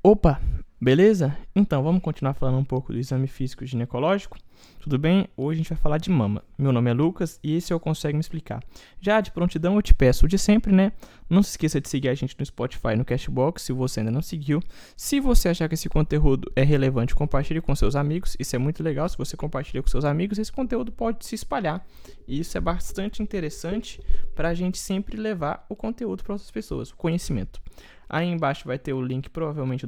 Opa, beleza? Então, vamos continuar falando um pouco do exame físico ginecológico? Tudo bem? Hoje a gente vai falar de mama. Meu nome é Lucas e esse eu consigo me explicar. Já de prontidão eu te peço o de sempre, né? Não se esqueça de seguir a gente no Spotify, no Cashbox, se você ainda não seguiu. Se você achar que esse conteúdo é relevante, compartilhe com seus amigos. Isso é muito legal, se você compartilha com seus amigos, esse conteúdo pode se espalhar. E isso é bastante interessante para a gente sempre levar o conteúdo para outras pessoas, o conhecimento. Aí embaixo vai ter o link, provavelmente,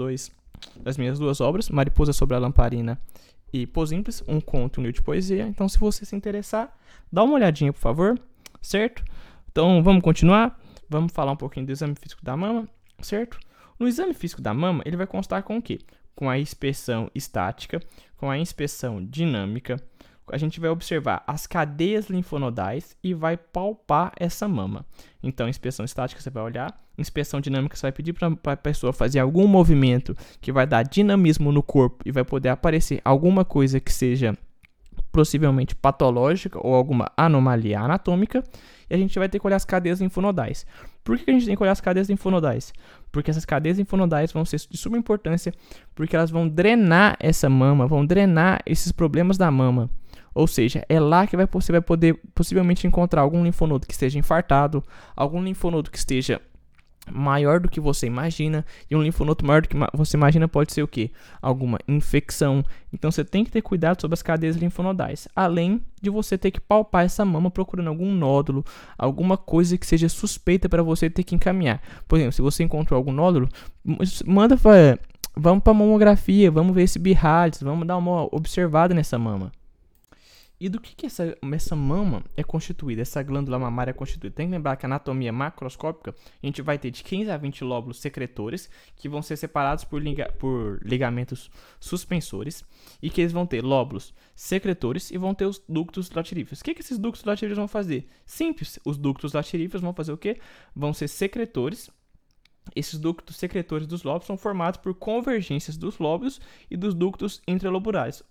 das minhas duas obras, Mariposa sobre a Lamparina e Pô Simples, um conto e um livro de poesia. Então, se você se interessar, dá uma olhadinha, por favor, certo? Então, vamos continuar. Vamos falar um pouquinho do exame físico da mama, certo? No exame físico da mama, ele vai constar com o quê? Com a inspeção estática, com a inspeção dinâmica. A gente vai observar as cadeias linfonodais e vai palpar essa mama. Então, inspeção estática você vai olhar, inspeção dinâmica você vai pedir para a pessoa fazer algum movimento que vai dar dinamismo no corpo e vai poder aparecer alguma coisa que seja possivelmente patológica ou alguma anomalia anatômica. E a gente vai ter que olhar as cadeias linfonodais. Por que a gente tem que olhar as cadeias linfonodais? Porque essas cadeias linfonodais vão ser de suma importância, porque elas vão drenar essa mama, vão drenar esses problemas da mama. Ou seja, é lá que você vai poder possivelmente encontrar algum linfonodo que esteja infartado, algum linfonodo que esteja maior do que você imagina, e um linfonodo maior do que você imagina pode ser o quê? Alguma infecção. Então você tem que ter cuidado sobre as cadeias linfonodais, além de você ter que palpar essa mama procurando algum nódulo, alguma coisa que seja suspeita para você ter que encaminhar. Por exemplo, se você encontrou algum nódulo, vamos para mamografia, vamos ver esse BIRADS, vamos dar uma observada nessa mama. E do que essa mama é constituída, essa glândula mamária é constituída? Tem que lembrar que a anatomia macroscópica, a gente vai ter de 15 a 20 lóbulos secretores, que vão ser separados por ligamentos suspensores, e que eles vão ter lóbulos secretores e vão ter os ductos latiríferos. O que esses ductos latiríferos vão fazer? Simples, os ductos latiríferos vão fazer o quê? Vão ser secretores. Esses ductos secretores dos lóbulos são formados por convergências dos lóbulos e dos ductos intralobulares,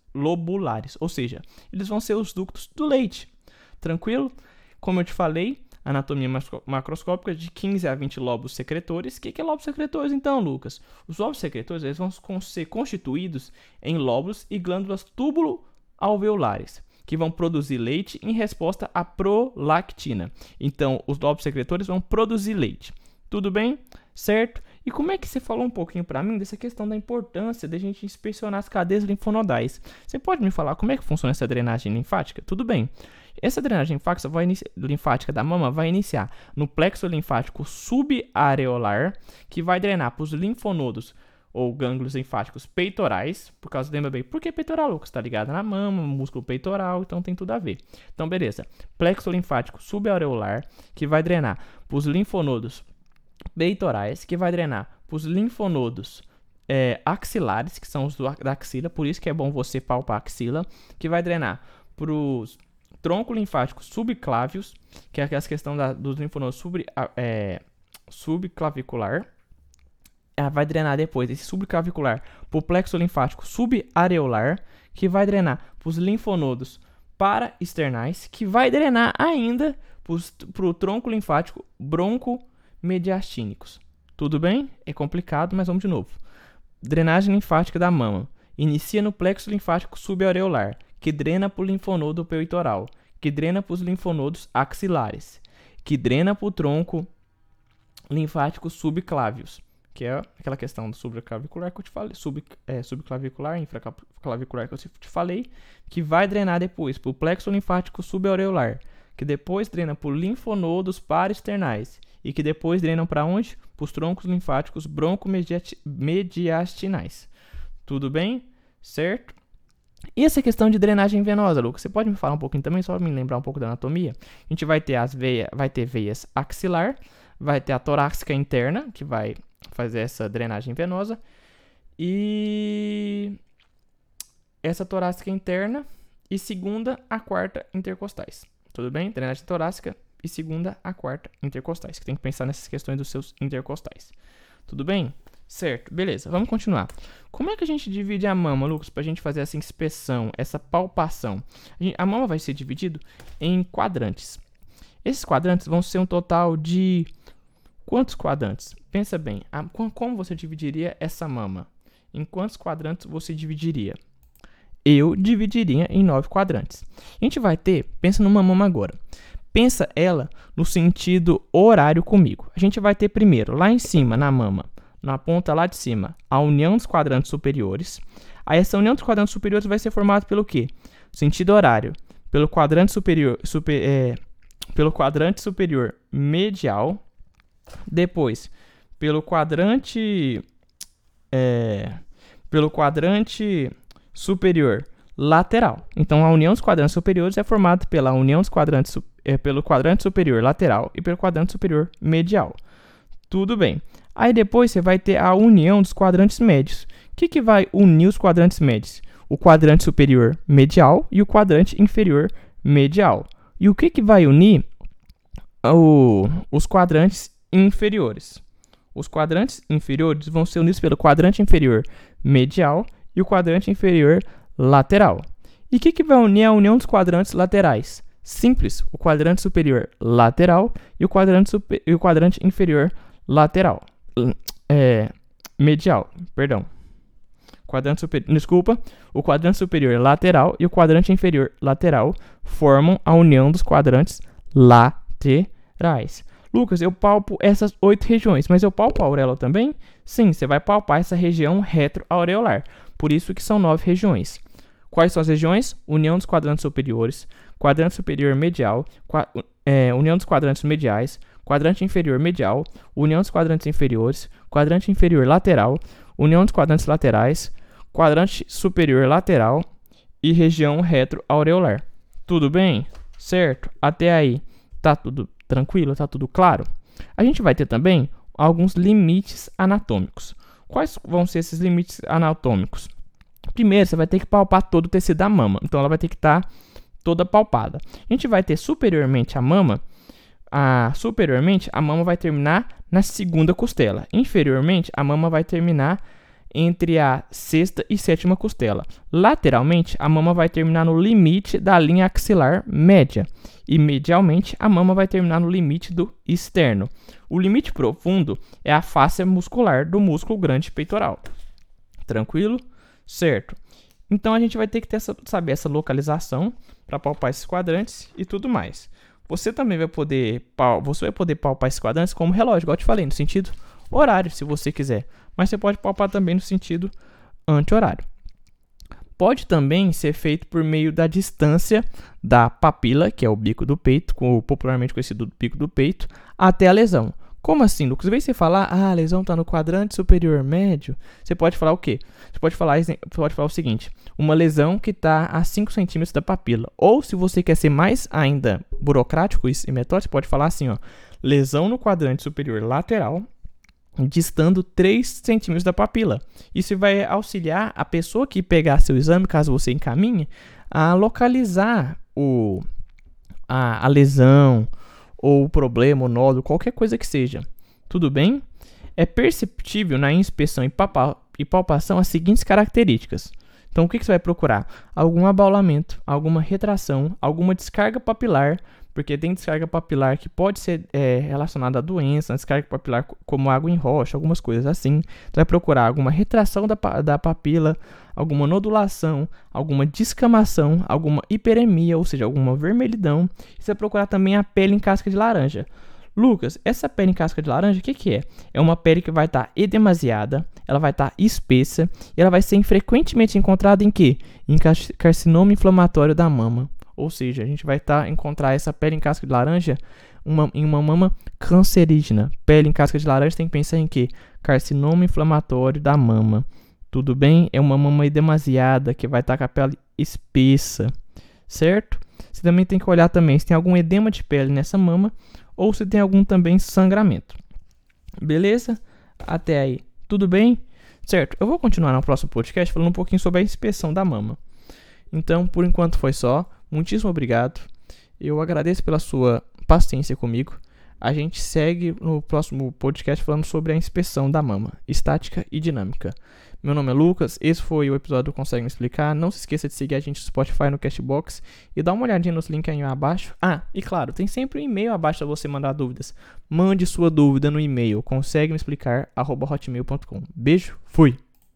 ou seja, eles vão ser os ductos do leite. Tranquilo? Como eu te falei, anatomia macroscópica de 15 a 20 lóbulos secretores. O que é lóbulos secretores então, Lucas? Os lóbulos secretores eles vão ser constituídos em lóbulos e glândulas túbulo-alveolares, que vão produzir leite em resposta à prolactina. Então, os lóbulos secretores vão produzir leite. Tudo bem? Certo? E como é que você falou um pouquinho para mim dessa questão da importância da gente inspecionar as cadeias linfonodais? Você pode me falar como é que funciona essa drenagem linfática? Tudo bem. Essa drenagem linfática da mama vai iniciar no plexo linfático subareolar, que vai drenar para os linfonodos ou gânglios linfáticos peitorais, lembra bem, por que peitoral, Lucas? Está ligado na mama, músculo peitoral, então tem tudo a ver. Então, beleza. Plexo linfático subareolar, que vai drenar para os linfonodos peitorais, que vai drenar para os linfonodos axilares, que são os da axila, por isso que é bom você palpar a axila, que vai drenar para os tronco linfático subclávios, que é aquela questão dos linfonodos subclavicular, vai drenar depois esse subclavicular para o plexo linfático subareolar, que vai drenar para os linfonodos paraesternais, que vai drenar ainda para o tronco linfático broncomediastínicos. Tudo bem? É complicado, mas vamos de novo. Drenagem linfática da mama. Inicia no plexo linfático subareolar, que drena para o linfonodo peitoral, que drena para os linfonodos axilares, que drena para o tronco linfático subclávios, que é aquela questão do subclavicular que eu te falei, subclavicular, infraclavicular que eu te falei, que vai drenar depois para o plexo linfático subareolar, que depois drena por linfonodos paraesternais e que depois drenam para onde? Para os troncos linfáticos broncomediastinais. Tudo bem? Certo? E essa questão de drenagem venosa, Lucas, você pode me falar um pouquinho também, só para me lembrar um pouco da anatomia? A gente vai ter veias axilar, vai ter a torácica interna, que vai fazer essa drenagem venosa, e essa torácica interna e segunda a quarta intercostais. Tudo bem? Drenagem torácica e segunda a quarta intercostais, que tem que pensar nessas questões dos seus intercostais. Tudo bem? Certo, beleza, vamos continuar. Como é que a gente divide a mama, Lucas, para a gente fazer essa inspeção, essa palpação? A mama vai ser dividida em quadrantes. Esses quadrantes vão ser um total de Quantos quadrantes? Pensa bem, como você dividiria essa mama? Em quantos quadrantes você dividiria? Eu dividiria em 9 quadrantes. A gente vai ter, pensa numa mama agora. Pensa ela no sentido horário comigo. A gente vai ter primeiro, lá em cima, na mama, na ponta lá de cima, a união dos quadrantes superiores. Aí essa união dos quadrantes superiores vai ser formada pelo quê? Sentido horário. Pelo quadrante superior, pelo quadrante superior medial. Depois, pelo quadrante superior lateral. Então, a união dos quadrantes superiores é formada pela união dos quadrantes pelo quadrante superior lateral e pelo quadrante superior medial. Tudo bem. Aí depois você vai ter a união dos quadrantes médios. O que vai unir os quadrantes médios? O quadrante superior medial e o quadrante inferior medial. E o que vai unir os quadrantes inferiores? Os quadrantes inferiores vão ser unidos pelo quadrante inferior medial e o quadrante inferior lateral. E o que vai unir a união dos quadrantes laterais? Simples, o quadrante superior lateral e o quadrante inferior lateral. Medial, perdão. O quadrante superior lateral e o quadrante inferior lateral formam a união dos quadrantes laterais. Lucas, eu palpo essas 8 regiões, mas eu palpo a auréola também? Sim, você vai palpar essa região retroaureolar. Por isso que são 9 regiões. Quais são as regiões? União dos quadrantes superiores, quadrante superior medial, união dos quadrantes mediais, quadrante inferior medial, união dos quadrantes inferiores, quadrante inferior lateral, união dos quadrantes laterais, quadrante superior lateral e região retroaureolar. Tudo bem? Certo? Até aí, tá tudo tranquilo? Tá tudo claro? A gente vai ter também alguns limites anatômicos. Quais vão ser esses limites anatômicos? Primeiro, você vai ter que palpar todo o tecido da mama. Então, ela vai ter que estar toda palpada. A gente vai ter superiormente a mama. Superiormente, a mama vai terminar na segunda costela. Inferiormente, a mama vai terminar entre a sexta e sétima costela. Lateralmente, a mama vai terminar no limite da linha axilar média. E medialmente, a mama vai terminar no limite do externo. O limite profundo é a fáscia muscular do músculo grande peitoral. Tranquilo? Certo. Então, a gente vai ter que saber essa localização para palpar esses quadrantes e tudo mais. Você também vai poder palpar esses quadrantes como relógio, igual eu te falei, no sentido horário, se você quiser. Mas você pode palpar também no sentido anti-horário. Pode também ser feito por meio da distância da papila, que é o bico do peito, popularmente conhecido do bico do peito, até a lesão. Como assim, Lucas? Em vez de você falar, a lesão está no quadrante superior médio, você pode falar o quê? Você pode falar o seguinte, uma lesão que está a 5 centímetros da papila. Ou, se você quer ser mais ainda burocrático e metódico, você pode falar assim, ó, lesão no quadrante superior lateral, distando 3 centímetros da papila. Isso vai auxiliar a pessoa que pegar seu exame, caso você encaminhe, a localizar a lesão, ou o problema, o nódulo, qualquer coisa que seja. Tudo bem? É perceptível na inspeção e palpação as seguintes características. Então, o que você vai procurar? Algum abaulamento, alguma retração, alguma descarga papilar, porque tem descarga papilar que pode ser relacionada à doença, descarga papilar como água em rocha, algumas coisas assim. Você vai procurar alguma retração da papila, alguma nodulação, alguma descamação, alguma hiperemia, ou seja, alguma vermelhidão. E você vai procurar também a pele em casca de laranja. Lucas, essa pele em casca de laranja, o que é? É uma pele que vai estar edemasiada, ela vai estar espessa e ela vai ser frequentemente encontrada em quê? Em carcinoma inflamatório da mama. Ou seja, a gente vai encontrar essa pele em casca de laranja em uma mama cancerígena. Pele em casca de laranja tem que pensar em quê? Carcinoma inflamatório da mama. Tudo bem? É uma mama edemasiada que vai estar com a pele espessa, certo? Você também tem que olhar também se tem algum edema de pele nessa mama ou se tem algum também sangramento. Beleza? Até aí. Tudo bem? Certo. Eu vou continuar no próximo podcast falando um pouquinho sobre a inspeção da mama. Então, por enquanto foi só. Muitíssimo obrigado. Eu agradeço pela sua paciência comigo. A gente segue no próximo podcast falando sobre a inspeção da mama, estática e dinâmica. Meu nome é Lucas, esse foi o episódio do Consegue Me Explicar. Não se esqueça de seguir a gente no Spotify, no Castbox e dá uma olhadinha nos links aí abaixo. E claro, tem sempre um e-mail abaixo para você mandar dúvidas. Mande sua dúvida no e-mail conseguemeexplicar@hotmail.com. Beijo, fui!